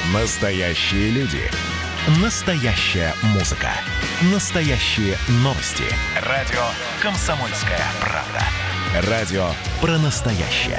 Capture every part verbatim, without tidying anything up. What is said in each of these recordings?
Настоящие люди. Настоящая музыка. Настоящие новости. Радио «Комсомольская правда». Радио про настоящее.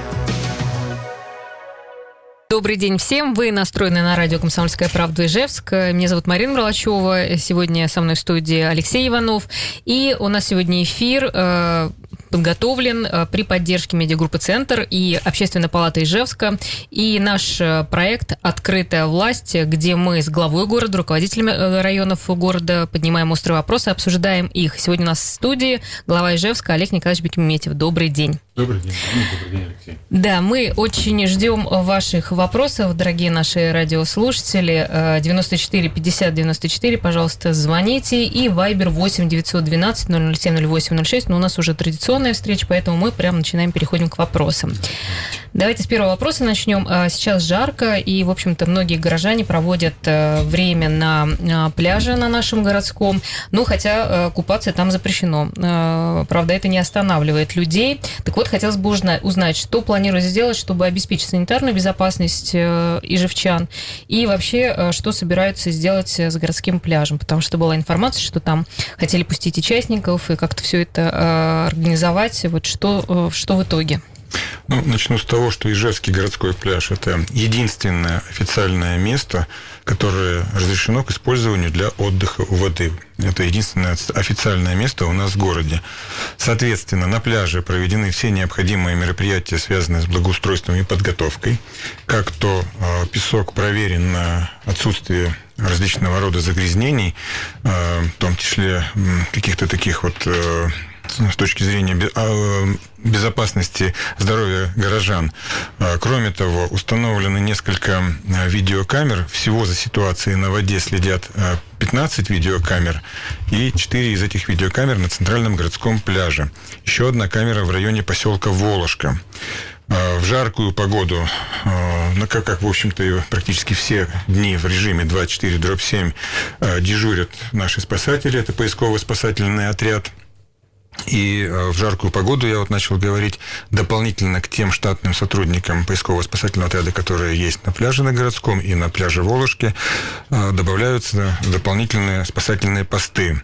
Добрый день всем. Вы настроены на радио «Комсомольская правда» Ижевск. Меня зовут Марина Мролачева. Сегодня со мной в студии Алексей Иванов. И у нас сегодня эфир э, подготовлен э, при поддержке медиагруппы «Центр» и Общественной палаты Ижевска. И наш э, проект «Открытая власть», где мы с главой города, руководителями э, районов города поднимаем острые вопросы, обсуждаем их. Сегодня у нас в студии глава Ижевска Олег Николаевич Бекметьев. Добрый день. Добрый день. Добрый день, Алексей. Да, мы очень ждем ваших вопросов, дорогие наши радиослушатели. девяносто четыре пятьдесят девяносто четыре, пожалуйста, звоните. И Вайбер восемь девятьсот двенадцать ноль ноль семь ноль восемь ноль шесть. Но у нас уже традиционная встреча, поэтому мы прямо начинаем, переходим к вопросам. Давайте с первого вопроса начнем. Сейчас жарко, и, в общем-то, многие горожане проводят время на пляже на нашем городском. Ну, хотя купаться там запрещено. Правда, это не останавливает людей. Так вот, хотелось бы узнать, что планируете сделать, чтобы обеспечить санитарную безопасность ижевчан, и вообще, что собираются сделать с городским пляжем, потому что была информация, что там хотели пустить участников и как-то все это организовать. Вот что, что в итоге? Ну, начну с того, что Ижевский городской пляж – это единственное официальное место, которое разрешено к использованию для отдыха у воды. Это единственное официальное место у нас в городе. Соответственно, на пляже проведены все необходимые мероприятия, связанные с благоустройством и подготовкой. Как то э, песок проверен на отсутствие различного рода загрязнений, э, в том числе э, каких-то таких вот... Э, с точки зрения безопасности здоровья горожан. Кроме того, установлено несколько видеокамер. Всего за ситуацией на воде следят пятнадцать видеокамер, и четыре из этих видеокамер на центральном городском пляже. Еще одна камера в районе поселка Волошка. В жаркую погоду, ну, как, как, в общем-то, и практически все дни в режиме двадцать четыре дробь семь дежурят наши спасатели. Это поисково-спасательный отряд. И в жаркую погоду, я вот начал говорить, дополнительно к тем штатным сотрудникам поисково-спасательного отряда, которые есть на пляже на городском и на пляже Волошке, добавляются дополнительные спасательные посты.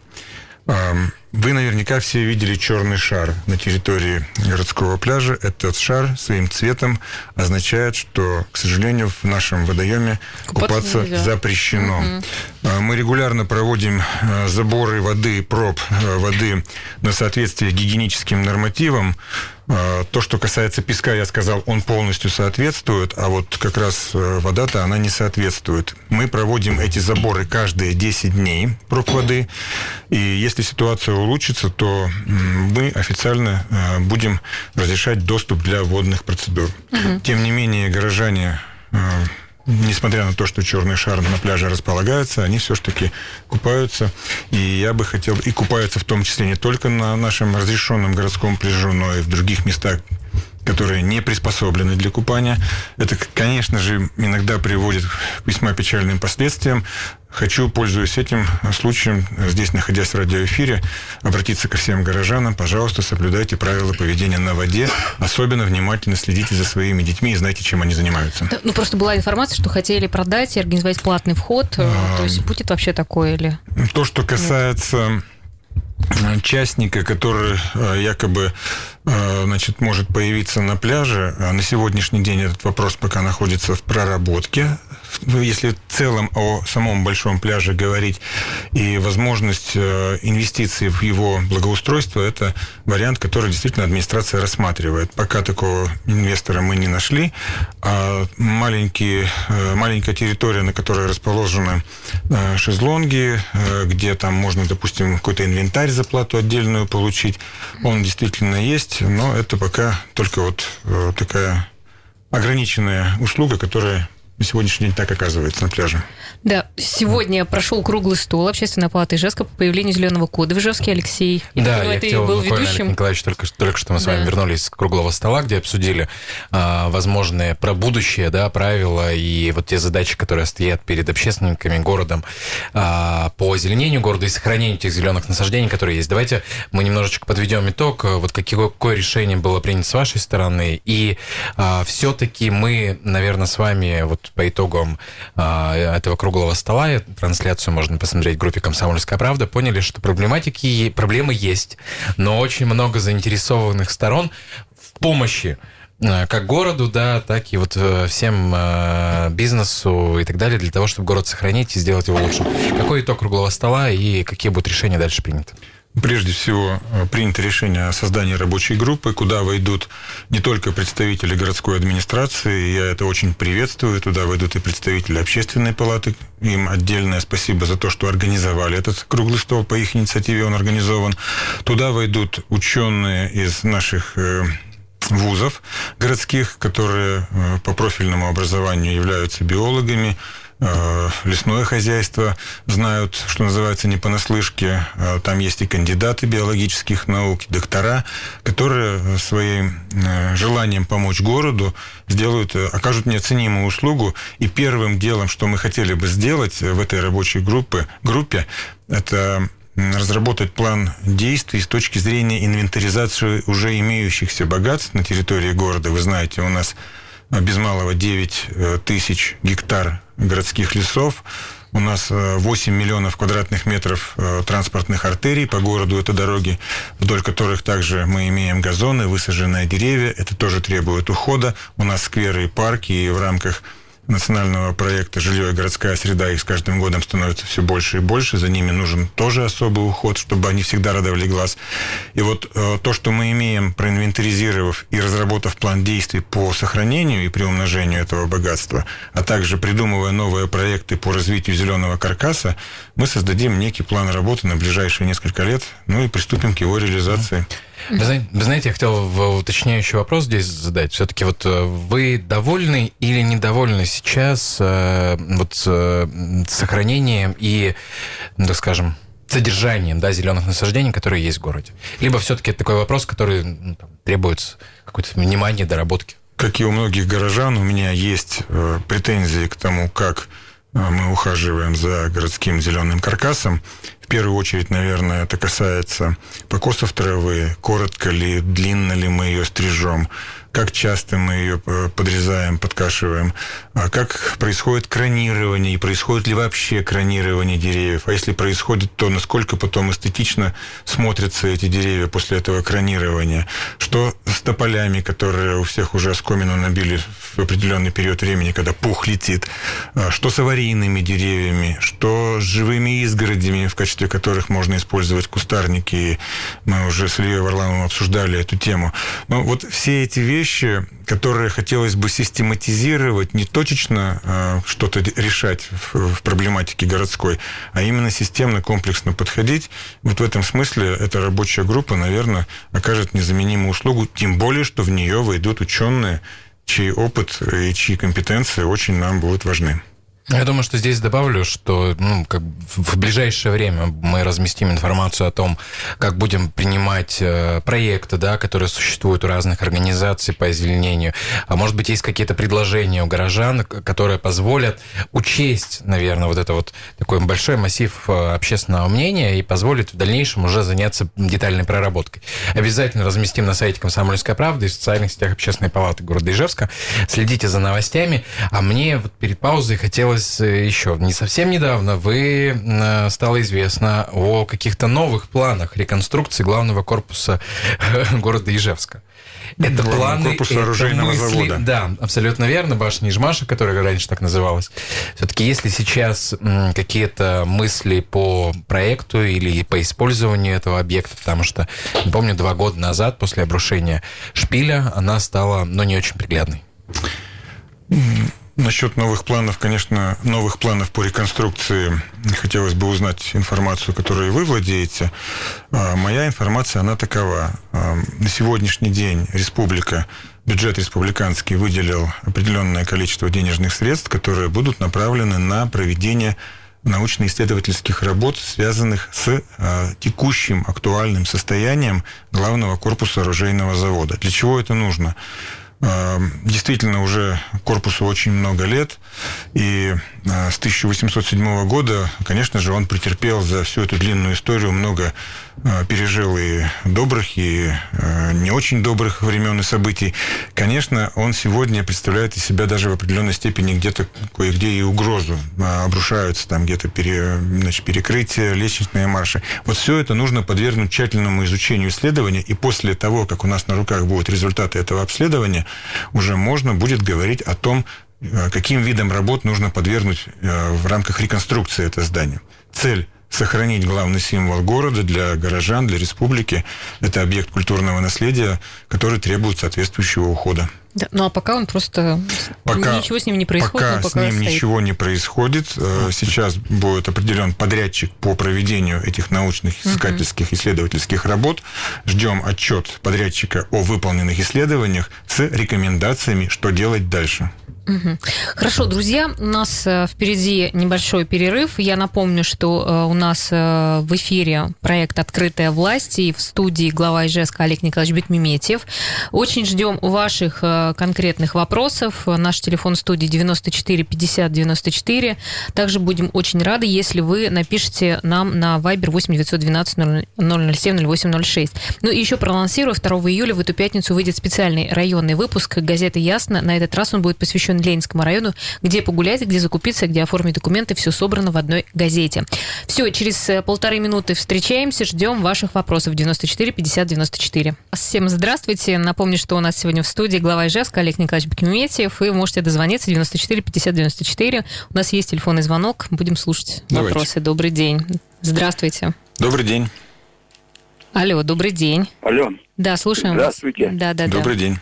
Вы наверняка все видели черный шар на территории городского пляжа. Этот шар своим цветом означает, что, к сожалению, в нашем водоеме купаться, купаться запрещено. Угу. Мы регулярно проводим заборы воды, проб воды на соответствие гигиеническим нормативам. То, что касается песка, я сказал, он полностью соответствует, а вот как раз вода-то, она не соответствует. Мы проводим эти заборы каждые десять дней, проб воды, и если ситуация улучшится, то мы официально будем разрешать доступ для водных процедур. Угу. Тем не менее, горожане... Несмотря на то, что черный шар на пляже располагается, они все-таки купаются. И я бы хотел... И купаются в том числе не только на нашем разрешенном городском пляжу, но и в других местах, которые не приспособлены для купания. Это, конечно же, иногда приводит к весьма печальным последствиям. Хочу, пользуясь этим случаем, здесь, находясь в радиоэфире, обратиться ко всем горожанам. Пожалуйста, соблюдайте правила поведения на воде. Особенно внимательно следите за своими детьми и знайте, чем они занимаются. Ну, просто была информация, что хотели продать и организовать платный вход. А... То есть будет вообще такое или... То, что касается... частника, который якобы, значит, может появиться на пляже. На сегодняшний день этот вопрос пока находится в проработке. Если в целом о самом большом пляже говорить, и возможность инвестиций в его благоустройство, это вариант, который действительно администрация рассматривает. Пока такого инвестора мы не нашли, а маленькие, маленькая территория, на которой расположены шезлонги, где там можно, допустим, какой-то инвентарь за плату отдельную получить, он действительно есть, но это пока только вот такая ограниченная услуга, которая на сегодняшний день так оказывается на пляже. Да, сегодня прошел круглый стол Общественной палаты Ижевска по появлению зеленого кода в Ижевске. Олексей, да, я хотел был буквально, ведущим. Олег Николаевич, только, только что мы с да. вами вернулись с круглого стола, где обсудили а, возможные про будущее, да, правила и вот те задачи, которые стоят перед общественниками, городом а, по озеленению города и сохранению тех зеленых насаждений, которые есть. Давайте мы немножечко подведем итог, вот какое, какое решение было принято с вашей стороны, и а, все-таки мы, наверное, с вами вот вот по итогам этого круглого стола, трансляцию можно посмотреть в группе «Комсомольская правда», поняли, что проблематики, проблемы есть, но очень много заинтересованных сторон в помощи как городу, да, так и вот всем бизнесу и так далее, для того, чтобы город сохранить и сделать его лучше. Какой итог круглого стола и какие будут решения дальше приняты? Прежде всего, принято решение о создании рабочей группы, куда войдут не только представители городской администрации, я это очень приветствую, туда войдут и представители общественной палаты. Им отдельное спасибо за то, что организовали этот круглый стол, по их инициативе он организован. Туда войдут ученые из наших вузов городских, которые по профильному образованию являются биологами, лесное хозяйство знают, что называется, не понаслышке. Там есть и кандидаты биологических наук, доктора, которые своим желанием помочь городу сделают, окажут неоценимую услугу. И первым делом, что мы хотели бы сделать в этой рабочей группе, группе это разработать план действий с точки зрения инвентаризации уже имеющихся богатств на территории города. Вы знаете, у нас без малого девять тысяч гектар городских лесов. У нас восемь миллионов квадратных метров транспортных артерий по городу. Это дороги, вдоль которых также мы имеем газоны, высаженные деревья. Это тоже требует ухода. У нас скверы и парки, и в рамках национального проекта «Жилье и городская среда» их с каждым годом становится все больше и больше. За ними нужен тоже особый уход, чтобы они всегда радовали глаз. И вот э, то, что мы имеем, проинвентаризировав и разработав план действий по сохранению и приумножению этого богатства, а также придумывая новые проекты по развитию зеленого каркаса, мы создадим некий план работы на ближайшие несколько лет, ну и приступим к его реализации. Вы знаете, вы знаете, я хотел уточняющий вопрос здесь задать. Все-таки вот вы довольны или недовольны сейчас вот сохранением и, так скажем, содержанием, да, зеленых насаждений, которые есть в городе? Либо все-таки это такой вопрос, который, ну, там, требует какое-то внимания, доработки? Как и у многих горожан, у меня есть претензии к тому, как мы ухаживаем за городским зеленым каркасом. В первую очередь, наверное, это касается покосов травы, коротко ли, длинно ли мы ее стрижем, как часто мы ее подрезаем, подкашиваем, как происходит кронирование, и происходит ли вообще кронирование деревьев, а если происходит, то насколько потом эстетично смотрятся эти деревья после этого кронирования, что с тополями, которые у всех уже оскомину набили в определенный период времени, когда пух летит, что с аварийными деревьями, что с живыми изгородями, в качестве которых можно использовать кустарники. Мы уже с Ильей Варламовым обсуждали эту тему. Но вот все эти вещи, которые хотелось бы систематизировать, не точечно э, что-то решать в, в проблематике городской, а именно системно, комплексно подходить. Вот в этом смысле эта рабочая группа, наверное, окажет незаменимую услугу, тем более, что в нее войдут ученые, чей опыт и чьи компетенции очень нам будут важны. Я думаю, что здесь добавлю, что ну, как в ближайшее время мы разместим информацию о том, как будем принимать э, проекты, да, которые существуют у разных организаций по озеленению. А может быть, есть какие-то предложения у горожан, которые позволят учесть, наверное, вот это вот такой большой массив общественного мнения и позволит в дальнейшем уже заняться детальной проработкой. Обязательно разместим на сайте «Комсомольская правда» и в социальных сетях Общественной палаты города Ижевска. Следите за новостями. А мне вот перед паузой хотелось еще не совсем недавно вы стало известно о каких-то новых планах реконструкции главного корпуса города Ижевска. Это Главного планы, корпуса это оружейного мысли, завода. Да, абсолютно верно, башня Ижмаша, которая раньше так называлась. Все-таки если сейчас м, какие-то мысли по проекту или по использованию этого объекта, потому что, не помню, два года назад, после обрушения шпиля, она стала, ну, не очень приглядной. Насчет новых планов, конечно, новых планов по реконструкции хотелось бы узнать информацию, которой вы владеете. Моя информация, она такова. На сегодняшний день республика, бюджет республиканский выделил определенное количество денежных средств, которые будут направлены на проведение научно-исследовательских работ, связанных с текущим актуальным состоянием главного корпуса оружейного завода. Для чего это нужно? Действительно, уже корпусу очень много лет, и с тысяча восемьсот седьмого года, конечно же, он претерпел за всю эту длинную историю много пережил и добрых, и не очень добрых времен и событий, конечно, он сегодня представляет из себя даже в определенной степени где-то кое-где и угрозу. Обрушаются там где-то пере, значит, перекрытия, лестничные марши. Вот все это нужно подвергнуть тщательному изучению исследования, и после того, как у нас на руках будут результаты этого обследования, уже можно будет говорить о том, каким видом работ нужно подвергнуть в рамках реконструкции это здание. Цель – сохранить главный символ города для горожан, для республики. Это объект культурного наследия, который требует соответствующего ухода. Да, ну а пока он просто... Пока, ничего с ним не происходит. Пока, пока с ним стоит. ничего не происходит. Сейчас будет определен подрядчик по проведению этих научных, изыскательских, исследовательских работ. Ждем отчет подрядчика о выполненных исследованиях с рекомендациями, что делать дальше. Угу. Хорошо, друзья, у нас впереди небольшой перерыв. Я напомню, что у нас в эфире проект «Открытая власть», и в студии глава Ижевска Олег Николаевич Бекмеметьев. Очень ждем ваших конкретных вопросов. Наш телефон студии девяносто четыре пятьдесят девяносто четыре. Также будем очень рады, если вы напишите нам на Viber восемь девятьсот двенадцать ноль ноль семь ноль восемь ноль шесть. Ну и еще проанонсирую, второго июля в эту пятницу выйдет специальный районный выпуск газеты «Ясно». На этот раз он будет посвящен Ленинскому району, где погулять, где закупиться, где оформить документы. Все собрано в одной газете. Все, через полторы минуты встречаемся. Ждем ваших вопросов. девяносто четыре пятьдесят девяносто четыре. Всем здравствуйте. Напомню, что у нас сегодня в студии глава Ижевска Олег Николаевич Бекмеметьев. Вы можете дозвониться девяносто четыре пятьдесят девяносто четыре. У нас есть телефонный звонок. Будем слушать Давайте. Вопросы. Добрый день. Здравствуйте. Добрый день. Алло, добрый день. Алло. Да, слушаем Здравствуйте. вас. Да, да, Добрый да. день.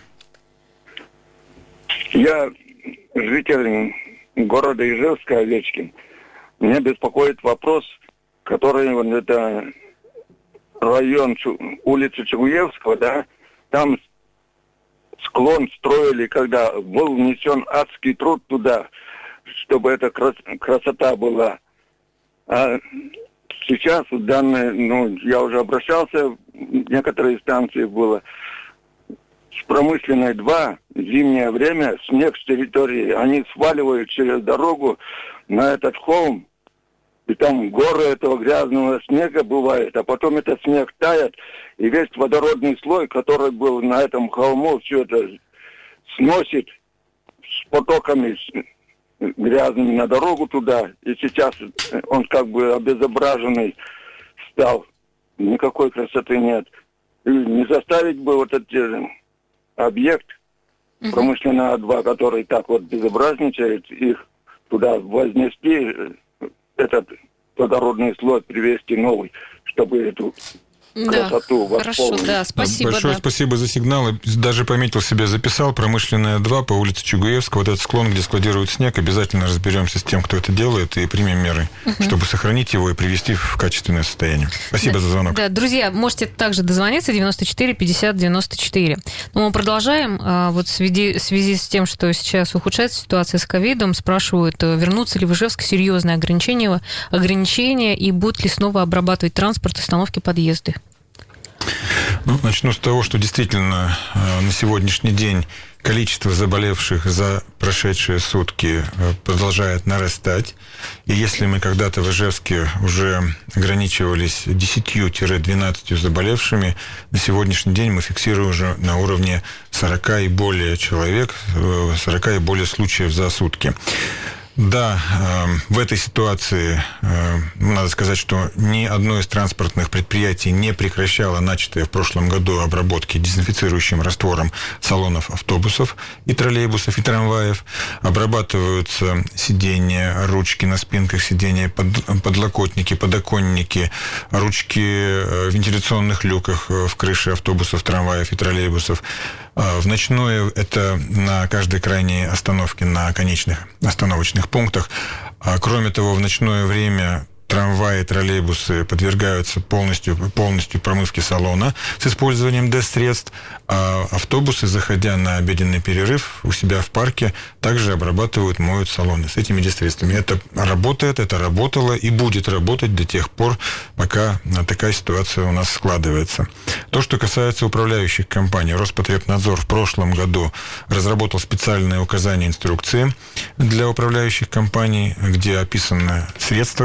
Я житель города Ижевска, Овечкин. Меня беспокоит вопрос, который, вот это район улицы Чугуевского, да, там склон строили, когда был внесен адский труд туда, чтобы эта крас- красота была. А сейчас данные, ну, я уже обращался, в некоторые станции было, с промышленной два, зимнее время, снег с территории, они сваливают через дорогу на этот холм, и там горы этого грязного снега бывает, а потом этот снег тает, и весь водородный слой, который был на этом холму, все это сносит с потоками грязными на дорогу туда, и сейчас он как бы обезображенный стал, никакой красоты нет. И не заставить бы вот эти... объект uh-huh. промышленная два, который так вот безобразничает, их туда вознести, этот водородный слой привезти новый, чтобы эту красоту да, хорошо, да, спасибо. Большое да. спасибо за сигнал. Даже пометил себе, записал. Промышленная два по улице Чугуевского. Вот этот склон, где складируют снег. Обязательно разберемся с тем, кто это делает, и примем меры, угу. чтобы сохранить его и привести в качественное состояние. Спасибо да, за звонок. Да, друзья, можете также дозвониться девяносто четыре пятьдесят девяносто четыре. Но мы продолжаем. Вот в связи, в связи с тем, что сейчас ухудшается ситуация с ковидом, спрашивают, вернутся ли в Ижевск серьезные ограничения, ограничения и будут ли снова обрабатывать транспорт, остановки, подъезды? Ну, начну с того, что действительно на сегодняшний день количество заболевших за прошедшие сутки продолжает нарастать. И если мы когда-то в Ижевске уже ограничивались десятью-двенадцатью заболевшими, на сегодняшний день мы фиксируем уже на уровне сорока и более человек, сорока и более случаев за сутки. Да, в этой ситуации надо сказать, что ни одно из транспортных предприятий не прекращало начатое в прошлом году обработки дезинфицирующим раствором салонов автобусов и троллейбусов и трамваев. Обрабатываются сиденья, ручки на спинках сидений, подлокотники, подоконники, ручки в вентиляционных люках в крыше автобусов, трамваев и троллейбусов. В ночное это на каждой крайней остановке, на конечных остановочных пунктах. Кроме того, в ночное время трамваи и троллейбусы подвергаются полностью, полностью промывке салона с использованием ДЭС-средств, а автобусы, заходя на обеденный перерыв у себя в парке, также обрабатывают, моют салоны с этими ДЭС-средствами. Это работает, это работало и будет работать до тех пор, пока такая ситуация у нас складывается. То, что касается управляющих компаний, Роспотребнадзор в прошлом году разработал специальные указания, инструкции для управляющих компаний, где описаны средства, какими нужно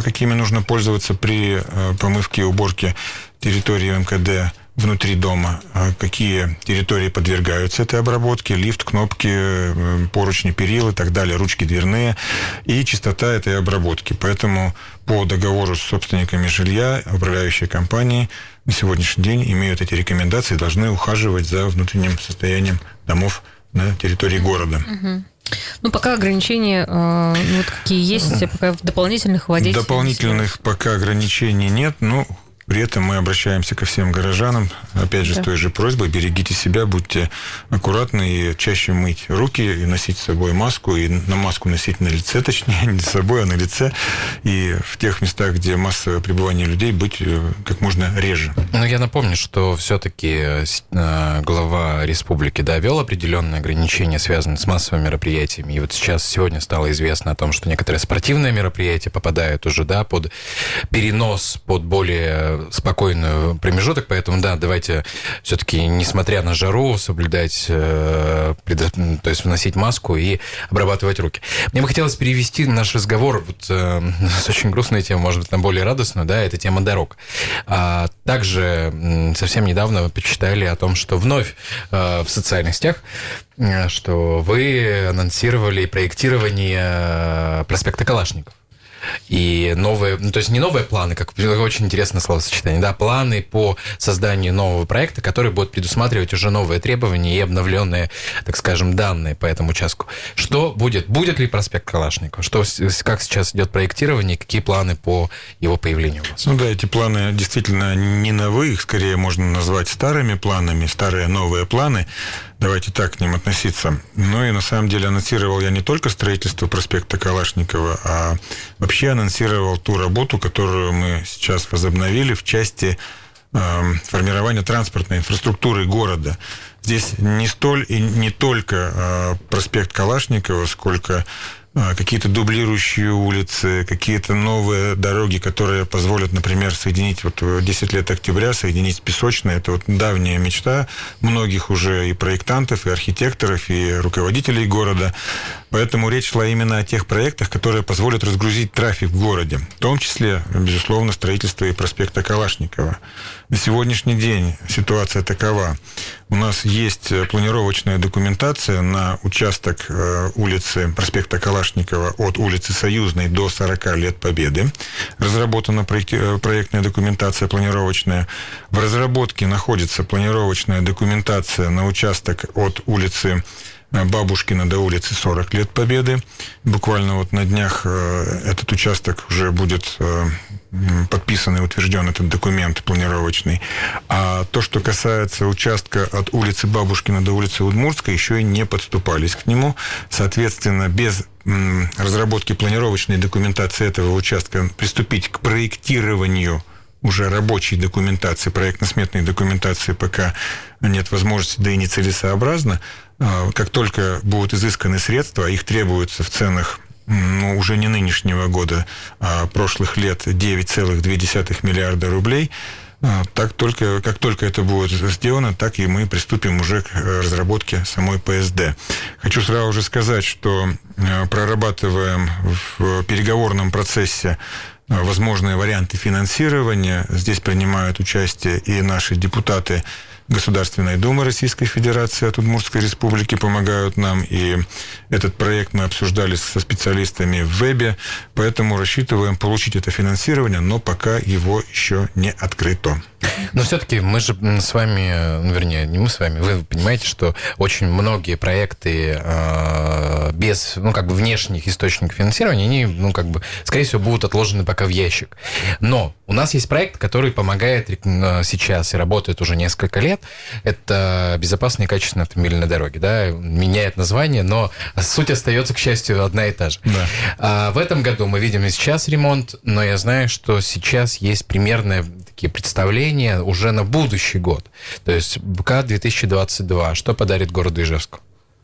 можно пользоваться при помывке и уборке территории эм ка дэ внутри дома, какие территории подвергаются этой обработке, лифт, кнопки, поручни, перила и так далее, ручки дверные, и частота этой обработки. Поэтому по договору с собственниками жилья управляющие компании на сегодняшний день имеют эти рекомендации и должны ухаживать за внутренним состоянием домов на территории города. Угу. Ну, пока ограничения, э, вот какие есть, пока дополнительных вводить... Дополнительных пока ограничений нет, но... При этом мы обращаемся ко всем горожанам, опять же, да. с той же просьбой: берегите себя, будьте аккуратны и чаще мыть руки, и носить с собой маску, и на маску носить на лице, точнее, не с собой, а на лице, и в тех местах, где массовое пребывание людей, быть как можно реже. Ну, я напомню, что все-таки глава республики, да, ввел определенные ограничения, связанные с массовыми мероприятиями, и вот сейчас, сегодня стало известно о том, что некоторые спортивные мероприятия попадают уже, да, под перенос, под более спокойный промежуток, поэтому, да, давайте все-таки, несмотря на жару, соблюдать, э, предо... то есть вносить маску и обрабатывать руки. Мне бы хотелось перевести наш разговор вот, э, с очень грустной темой, может быть, на более радостную, да, это тема дорог. А также э, совсем недавно вы почитали о том, что вновь э, в социальных сетях, э, что вы анонсировали проектирование проспекта Калашников. И новые, ну, то есть не новые планы, как очень интересное словосочетание, да, планы по созданию нового проекта, который будет предусматривать уже новые требования и обновленные, так скажем, данные по этому участку. Что будет? Будет ли проспект Калашникова? Что, как сейчас идет проектирование, какие планы по его появлению у вас? Ну да, эти планы действительно не новые, их скорее можно назвать старыми планами, старые новые планы. Давайте так к ним относиться. Ну и на самом деле анонсировал я не только строительство проспекта Калашникова, а вообще анонсировал ту работу, которую мы сейчас возобновили в части э, формирования транспортной инфраструктуры города. Здесь не столь и не только э, проспект Калашникова, сколько какие-то дублирующие улицы, какие-то новые дороги, которые позволят, например, соединить вот десять лет октября, соединить с Песочной. Это вот давняя мечта многих уже и проектантов, и архитекторов, и руководителей города. Поэтому речь шла именно о тех проектах, которые позволят разгрузить трафик в городе. В том числе, безусловно, строительство и проспекта Калашникова. На сегодняшний день ситуация такова. У нас есть планировочная документация на участок улицы проспекта Калашникова от улицы Союзной до сорока лет Победы. Разработана проектная документация планировочная. В разработке находится планировочная документация на участок от улицы Бабушкина до улицы сорок лет Победы. Буквально вот на днях этот участок уже будет подписан и утвержден, этот документ планировочный. А то, что касается участка от улицы Бабушкина до улицы Удмуртской, еще и не подступались к нему. Соответственно, без разработки планировочной документации этого участка приступить к проектированию уже рабочей документации, проектно-сметной документации пока нет возможности, да и нецелесообразно. Как только будут изысканы средства, их требуется в ценах, ну, уже не нынешнего года, а прошлых лет девять целых две десятых миллиарда рублей, так только, как только это будет сделано, так и мы приступим уже к разработке самой пэ эс дэ. Хочу сразу же сказать, что прорабатываем в переговорном процессе возможные варианты финансирования. Здесь принимают участие и наши депутаты Государственной Думы Российской Федерации от Удмуртской Республики, помогают нам, и этот проект мы обсуждали со специалистами в вебе, поэтому рассчитываем получить это финансирование, но пока его еще не открыто. Но все-таки мы же с вами, ну, вернее, не мы с вами, вы понимаете, что очень многие проекты э, без, ну, как бы внешних источников финансирования, они, ну, как бы, скорее всего, будут отложены пока в ящик. Но у нас есть проект, который помогает сейчас и работает уже несколько лет. Это безопасные и качественные автомобильные дороги, да, меняет название, но суть остается, к счастью, одна и та же. Да. А в этом году мы видим и сейчас ремонт, но я знаю, что сейчас есть примерные такие представления уже на будущий год. То есть БК две тысячи двадцать два. Что подарит городу Ижевску?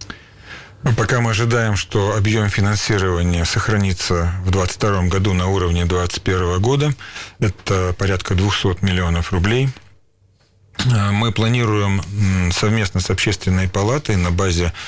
Пока мы ожидаем, что объем финансирования сохранится в двадцать втором году на уровне двадцать первого года. Это порядка двести миллионов рублей. Мы планируем совместно с Общественной палатой на базе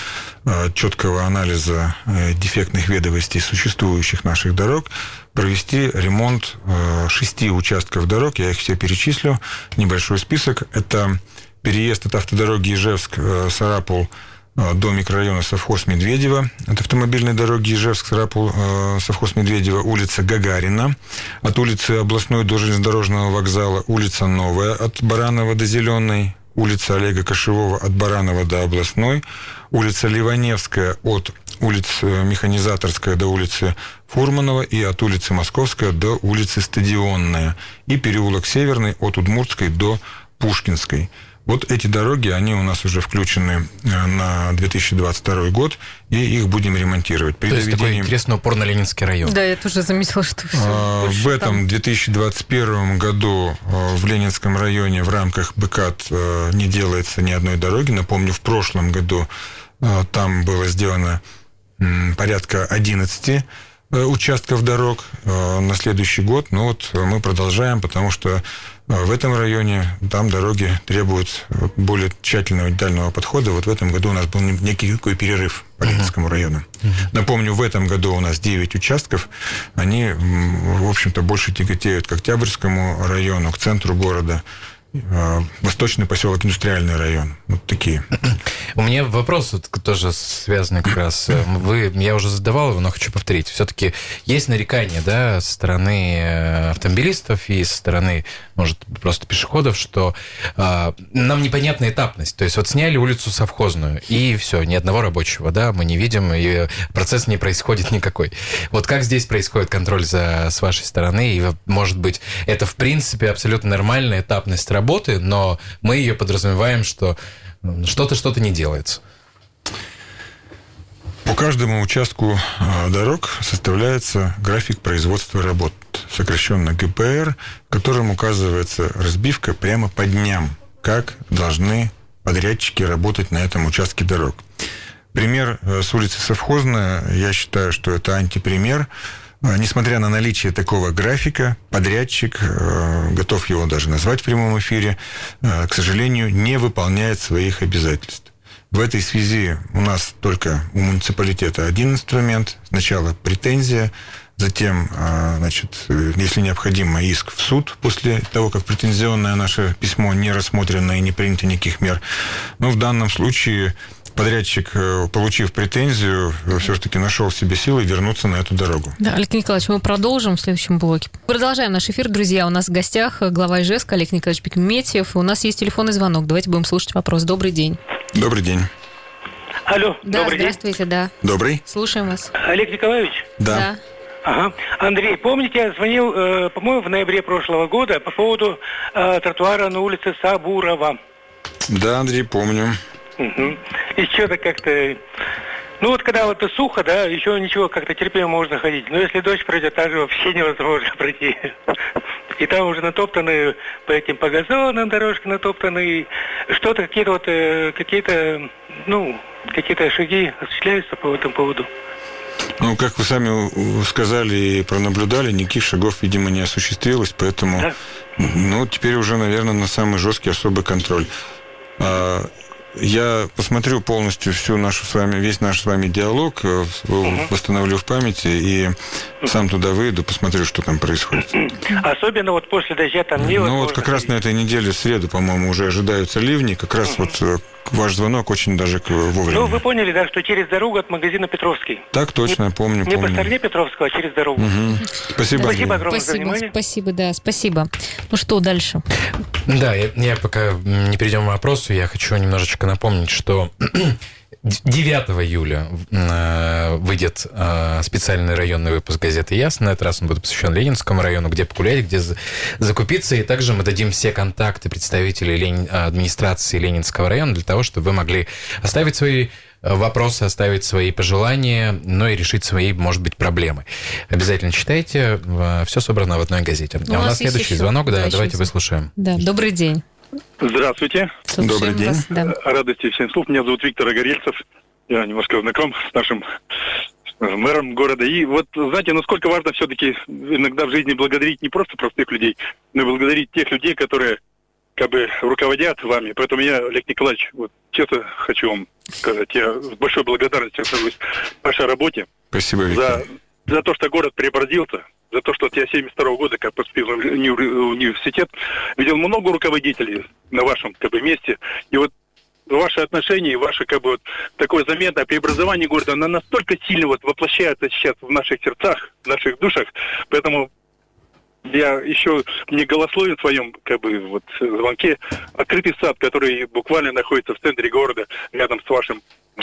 четкого анализа дефектных ведомостей существующих наших дорог провести ремонт шести участков дорог. Я их все перечислю. Небольшой список. Это переезд от автодороги Ижевск-Сарапул до микрорайона совхоз Медведево, от автомобильной дороги Ижевск-Сарапул, совхоз Медведево, улица Гагарина, от улицы Областной до железнодорожного вокзала, улица Новая, от Баранова до Зеленой, улица Олега Кошевого от Баранова до Областной, улица Ливаневская от улицы Механизаторская до улицы Фурманова и от улицы Московская до улицы Стадионная, и переулок Северный от Удмуртской до Пушкинской. Вот эти дороги, они у нас уже включены на две тысячи двадцать второй год, и их будем ремонтировать. При То есть доведении... такой интересный упор на Ленинский район. Да, я тоже заметила, что все. А, в этом две тысячи двадцать первом году в Ленинском районе в рамках БКАТ не делается ни одной дороги. Напомню, в прошлом году там было сделано порядка одиннадцати участков дорог. На следующий год, ну вот мы продолжаем, потому что в этом районе там дороги требуют более тщательного детального подхода. Вот в этом году у нас был некий такой перерыв по Ленинскому району. Uh-huh. Напомню, в этом году у нас девять участков. Они, в общем-то, больше тяготеют к Октябрьскому району, к центру города. Восточный поселок, индустриальный район. Вот такие. У меня вопрос вот, тоже связанный как раз. Вы, я уже задавал его, но хочу повторить. Все-таки есть нарекания, да, со стороны автомобилистов и со стороны, может, просто пешеходов, что э, нам непонятна этапность. То есть вот сняли улицу Совхозную, и все, ни одного рабочего, да, мы не видим, и процесс не происходит никакой. Вот как здесь происходит контроль за, с вашей стороны? И, может быть, это, в принципе, абсолютно нормальная этапность работы, но мы ее подразумеваем, что что-то, что-то не делается. По каждому участку дорог составляется график производства работ, сокращенно гэ пэ эр, в котором указывается разбивка прямо по дням, как должны подрядчики работать на этом участке дорог. Пример с улицы Совхозная, я считаю, что это антипример. Несмотря на наличие такого графика, подрядчик, готов его даже назвать в прямом эфире, к сожалению, не выполняет своих обязательств. В этой связи у нас только у муниципалитета один инструмент. Сначала претензия, затем, значит, если необходимо, иск в суд после того, как претензионное наше письмо не рассмотрено и не принято никаких мер. Но в данном случае подрядчик, получив претензию, все-таки нашел в себе силы вернуться на эту дорогу. Да, Олег Николаевич, мы продолжим в следующем блоке. Продолжаем наш эфир, друзья. У нас в гостях глава Ижевска Олег Николаевич Бекметьев. У нас есть телефонный звонок. Давайте будем слушать вопрос. Добрый день. Добрый день. Алло, да, добрый здравствуйте, день. да. Добрый. Слушаем вас. Олег Николаевич? Да. Да. Ага. Андрей, помните, я звонил, э, по-моему, в ноябре прошлого года по поводу э, тротуара на улице Сабурова. Да, Андрей, помню. Угу. И что-то как-то... Ну вот когда вот сухо, да, еще ничего, как-то терпимо можно ходить. Но если дождь пройдет, так же вообще невозможно пройти. И там уже натоптаны по этим, по газонам дорожки натоптаны. Что-то, какие-то вот, э, какие-то, ну, какие-то шаги осуществляются по этому поводу. Ну, как вы сами сказали и пронаблюдали, никаких шагов, видимо, не осуществилось, поэтому, да. Ну, теперь уже, наверное, на самый жесткий особый контроль. Я посмотрю полностью всю нашу с вами, весь наш с вами диалог, uh-huh. восстановлю в памяти и сам туда выйду, посмотрю, что там происходит. Особенно вот после дождя там невозможно. Ну вот как раз на этой неделе, в среду, по-моему, уже ожидаются ливни, как раз uh-huh. вот ваш звонок очень даже вовремя. Ну, вы поняли, да, что через дорогу от магазина Петровский. Так точно, не, помню, не помню. Не по стороне Петровского, а через дорогу. Угу. Спасибо, Спасибо Андрей. огромное спасибо, за внимание. Спасибо, да, спасибо. Ну что дальше? Да, я, я пока не перейдем к вопросу, я хочу немножечко напомнить, что девятого июля выйдет специальный районный выпуск газеты «Ясно». На этот раз он будет посвящен Ленинскому району, где погулять, где закупиться. И также мы дадим все контакты представителей Ленин... администрации Ленинского района для того, чтобы вы могли оставить свои вопросы, оставить свои пожелания, но и решить свои, может быть, проблемы. Обязательно читайте. Все собрано в одной газете. Ну, а у нас следующий еще... звонок. Да, да давайте выслушаем. Да, добрый день. Здравствуйте. Слушаем Добрый день. вас, да. Радости всем слух. Меня зовут Виктор Огорельцев. Я немножко знаком с нашим мэром города. И вот, знаете, насколько важно все-таки иногда в жизни благодарить не просто простых людей, но и благодарить тех людей, которые как бы руководят вами. Поэтому я, Олег Николаевич, вот честно хочу вам сказать, я с большой благодарностью отношусь к вашей работе. Спасибо, Виктор. За, за то, что город преобразился, за то, что вот я семьдесят второго года, как поступил в университет, видел много руководителей на вашем как бы месте. И вот ваши отношения, ваше как бы вот такое заметное преобразование города, оно настолько сильно вот воплощается сейчас в наших сердцах, в наших душах. Поэтому я еще не голословен в своем как бы вот звонке. Открытый сад, который буквально находится в центре города, рядом с вашим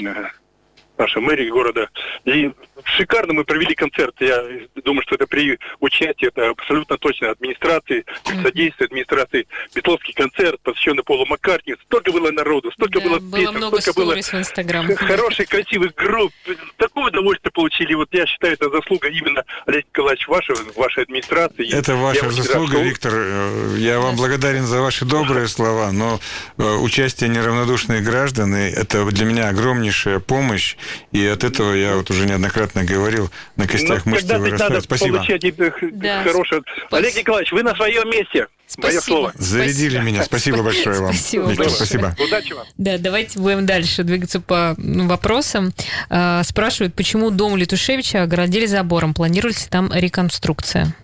нашей мэрией города. И шикарно мы провели концерт. Я думаю, что это при участии, это абсолютно точно администрации, при содействии администрации. Бетловский концерт, посвященный Полу Маккартни. Столько было народу, столько да, было было песен, много столько было в Инстаграм. хороших, красивых групп. Такое удовольствие получили. Вот я считаю, это заслуга именно, Олег Николаевич, вашего, вашей администрации. Это ваша я заслуга, рад, Виктор. Я вам благодарен за ваши добрые слова, но участие неравнодушных граждан, это для меня огромнейшая помощь. И от этого я вот уже неоднократно говорил, на костях мышцы вырастают. Спасибо. Получать да. хорошее. Олег Николаевич, вы на своем месте. Спасибо. Мое слово. Зарядили Спасибо. меня. Спасибо большое вам. Спасибо Виктор, большое. спасибо. Удачи вам. Да, давайте будем дальше двигаться по вопросам. А, спрашивают, почему дом Летушевича огородили забором? Планируется там реконструкция?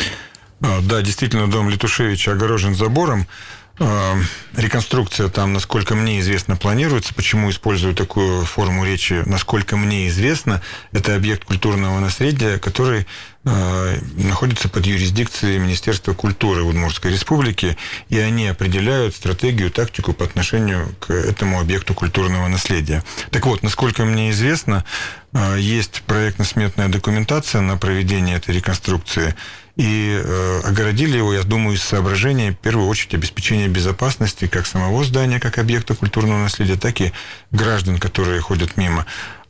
А, да, действительно, дом Летушевича огорожен забором. Реконструкция там, насколько мне известно, планируется. Почему использую такую форму речи? Насколько мне известно, это объект культурного наследия, который э, находится под юрисдикцией Министерства культуры Удмуртской Республики, и они определяют стратегию, тактику по отношению к этому объекту культурного наследия. Так вот, насколько мне известно, э, есть проектно-сметная документация на проведение этой реконструкции, и э, огородили его, я думаю, из соображения, в первую очередь, обеспечения безопасности как самого здания, как объекта культурного наследия, так и граждан, которые ходят мимо.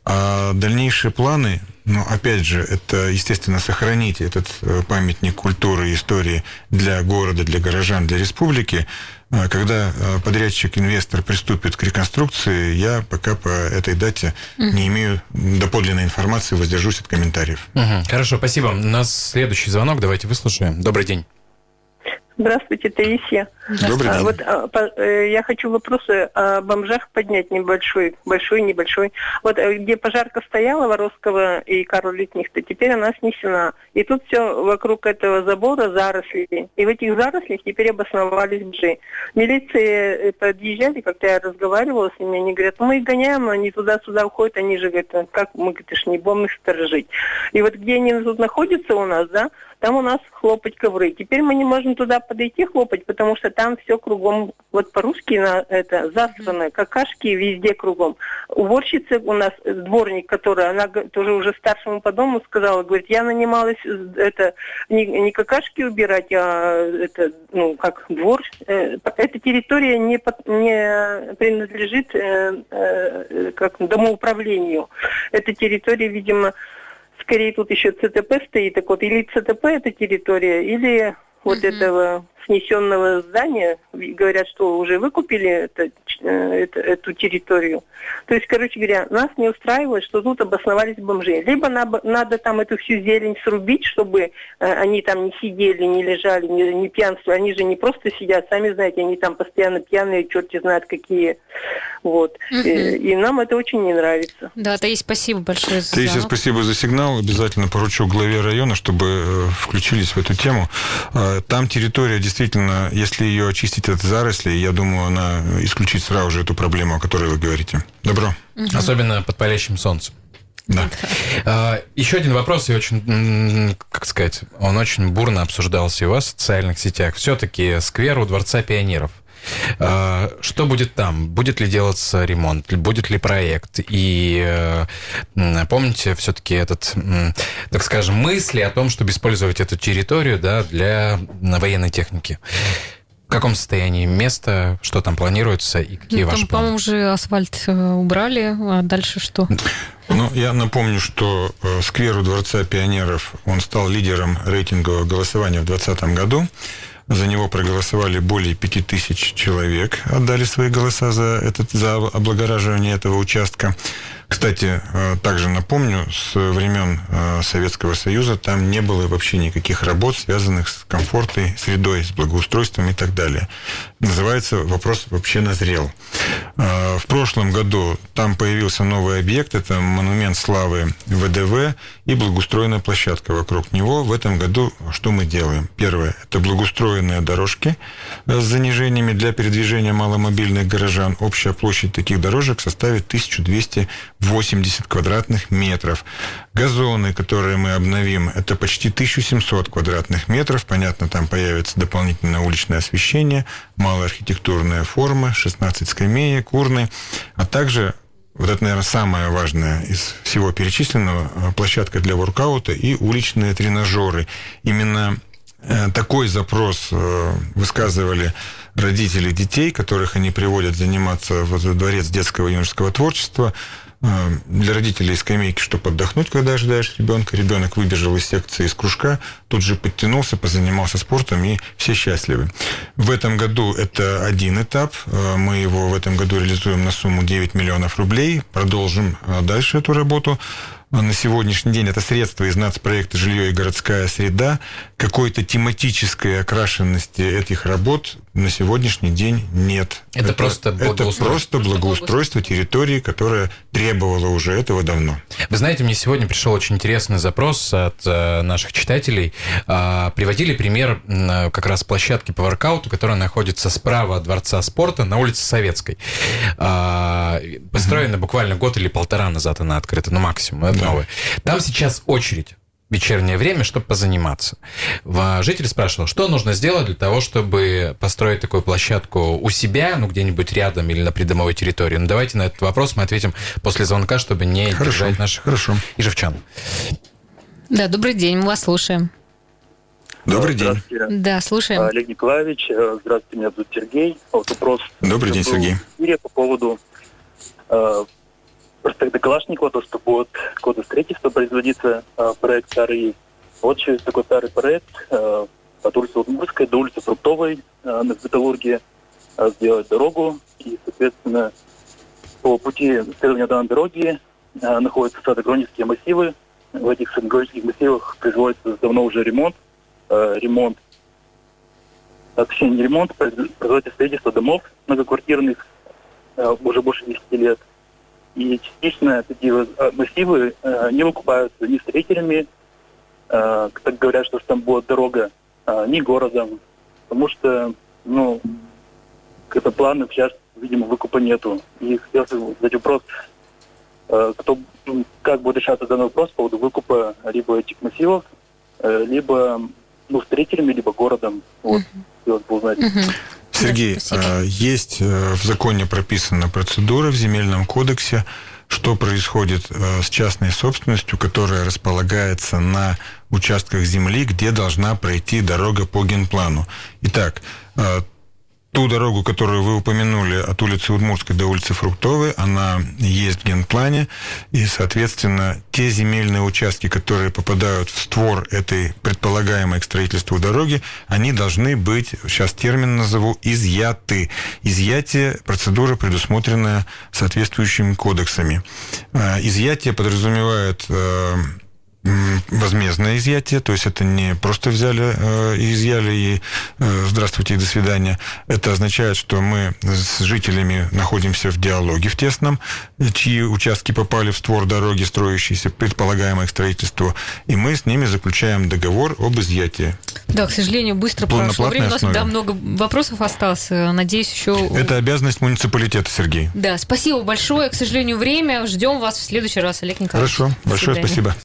А дальнейшие планы, ну, опять же, это, естественно, сохранить этот памятник культуры и истории для города, для горожан, для республики. Когда подрядчик, инвестор приступит к реконструкции, я пока по этой дате uh-huh. не имею доподлинной информации, воздержусь от комментариев. Uh-huh. Хорошо, спасибо. У нас следующий звонок, давайте выслушаем. Добрый день. Здравствуйте, Таисия. Добрый день. А, вот а, по, э, я хочу вопросы о бомжах поднять небольшой, большой, небольшой. Вот э, где пожарка стояла, Воровского и Карла Литнихта, теперь она снесена. И тут все вокруг этого забора заросли. И в этих зарослях теперь обосновались бомжи. Милиции подъезжали, как-то я разговаривала с ними, они говорят, ну, мы их гоняем, но они туда-сюда уходят, они же говорят, как мы, говорит, ж не будем их сторожить. И вот где они тут находятся у нас, да, там у нас хлопать ковры. Теперь мы не можем туда подойти хлопать, потому что там все кругом, вот по-русски на это засрано, какашки везде кругом. Уборщица у нас, дворник, которая, она тоже уже старшему по дому сказала, говорит, я нанималась это не, не какашки убирать, а это, ну, как двор. Эта территория не, не принадлежит э, э, как домоуправлению. Эта территория, видимо, скорее тут еще ЦТП стоит, так вот, или ЦТП эта территория, или вот uh-huh. этого снесенного здания, говорят, что уже выкупили это, это, эту территорию. То есть, короче говоря, нас не устраивает, что тут обосновались бомжи. Либо надо, надо там эту всю зелень срубить, чтобы э, они там не сидели, не лежали, не, не пьянствовали. Они же не просто сидят, сами знаете, они там постоянно пьяные, черти знают какие. Вот. Uh-huh. И, и нам это очень не нравится. Да, Таисия, спасибо большое за Таисия, спасибо за сигнал. Обязательно поручу главе района, чтобы включились в эту тему. Там территория действительно Действительно, если ее очистить от зарослей, я думаю, она исключит сразу же эту проблему, о которой вы говорите. Добро. Угу. Особенно под палящим солнцем. Да. А, еще один вопрос, и очень, как сказать, он очень бурно обсуждался и у вас в социальных сетях. Все-таки сквер у Дворца пионеров. Что будет там? Будет ли делаться ремонт? Будет ли проект? И помните все-таки этот, так скажем, мысли о том, чтобы использовать эту территорию, да, для военной техники? В каком состоянии место? Что там планируется? И какие ну, ваши там, планы? По-моему, уже асфальт убрали, а дальше что? Ну, я напомню, что сквер у Дворца пионеров, он стал лидером рейтингового голосования в двадцатом году. За него проголосовали более пяти тысяч человек, отдали свои голоса за, этот, за облагораживание этого участка. Кстати, также напомню, с времен Советского Союза там не было вообще никаких работ, связанных с комфортной средой, с благоустройством и так далее. Называется, вопрос вообще назрел. В прошлом году там появился новый объект, это монумент славы ВДВ и благоустроенная площадка вокруг него. В этом году что мы делаем? Первое, это благоустроенные дорожки с занижениями для передвижения маломобильных горожан. Общая площадь таких дорожек составит тысяча двести восемьдесят квадратных метров. Газоны, которые мы обновим, это почти тысяча семьсот квадратных метров. Понятно, там появится дополнительное уличное освещение, малая архитектурная форма, шестнадцать скамеек, урны, а также, вот это, наверное, самое важное из всего перечисленного, площадка для воркаута и уличные тренажеры. Именно такой запрос высказывали родители детей, которых они приводят заниматься в дворец детского и юношеского творчества. Для родителей скамейки, чтобы отдохнуть, когда ожидаешь ребенка. Ребенок выбежал из секции, из кружка, тут же подтянулся, позанимался спортом, и все счастливы. В этом году это один этап. Мы его в этом году реализуем на сумму девять миллионов рублей. Продолжим дальше эту работу. На сегодняшний день это средства из нацпроекта «Жилье и городская среда». Какой-то тематической окрашенности этих работ на сегодняшний день нет. Это, это просто благоустройство. Это просто благоустройство территории, которая требовала уже этого давно. Вы знаете, мне сегодня пришел очень интересный запрос от э, наших читателей. Э, приводили пример э, как раз площадки по воркауту, которая находится справа от Дворца спорта на улице Советской. Э, построена mm-hmm. буквально год или полтора назад она открыта, ну максимум, это да. новое. Там сейчас очередь. Вечернее время, чтобы позаниматься. Житель спрашивал, что нужно сделать для того, чтобы построить такую площадку у себя, ну, где-нибудь рядом или на придомовой территории. Ну, давайте на этот вопрос мы ответим после звонка, чтобы не Хорошо. держать наших Хорошо. ижевчан. Да, добрый день, мы вас слушаем. Добрый день. Да, слушаем. Олег Николаевич, здравствуйте, меня зовут Сергей. Вот вопрос. Добрый день, Сергей. По поводу проспекта Калашникова, то, что будет года строительства производиться э, проект старый. Вот через такой старый проект э, от улицы Удмуртской до улицы Фруктовой э, на Металлургии э, сделать дорогу. И, соответственно, по пути исследования данной дороги э, находятся садогронические массивы. В этих садогронических массивах производится давно уже ремонт. Э, ремонт, а, точнее, не ремонт, производится строительство домов многоквартирных э, уже больше десяти лет. И частично такие массивы э, не выкупаются ни строителями, э, так говорят, что там будет дорога, э, ни городом, потому что, ну, какие-то планы сейчас, видимо, выкупа нету. И хотелось бы задать вопрос, э, кто, как будет решаться данный вопрос по поводу выкупа либо этих массивов, э, либо, ну, строителями, либо городом. Вот, хотелось бы узнать. Сергей, да, есть в законе прописана процедура в Земельном кодексе, что происходит с частной собственностью, которая располагается на участках земли, где должна пройти дорога по генплану. Итак, ту дорогу, которую вы упомянули, от улицы Удмуртской до улицы Фруктовой, она есть в генплане, и, соответственно, те земельные участки, которые попадают в створ этой предполагаемой к строительству дороги, они должны быть, сейчас термин назову, изъяты. Изъятие – процедура, предусмотренная соответствующими кодексами. Изъятие подразумевает возмездное изъятие, то есть это не просто взяли э, и изъяли и э, здравствуйте и до свидания. Это означает, что мы с жителями находимся в диалоге в тесном, чьи участки попали в створ дороги, строящиеся, предполагаемое к строительству, и мы с ними заключаем договор об изъятии. Да, к сожалению, быстро прошло время. У нас да, много вопросов осталось. Надеюсь, еще... Это обязанность муниципалитета, Сергей. Да, спасибо большое. К сожалению, время. Ждем вас в следующий раз, Олег Николаевич. Хорошо, большое спасибо.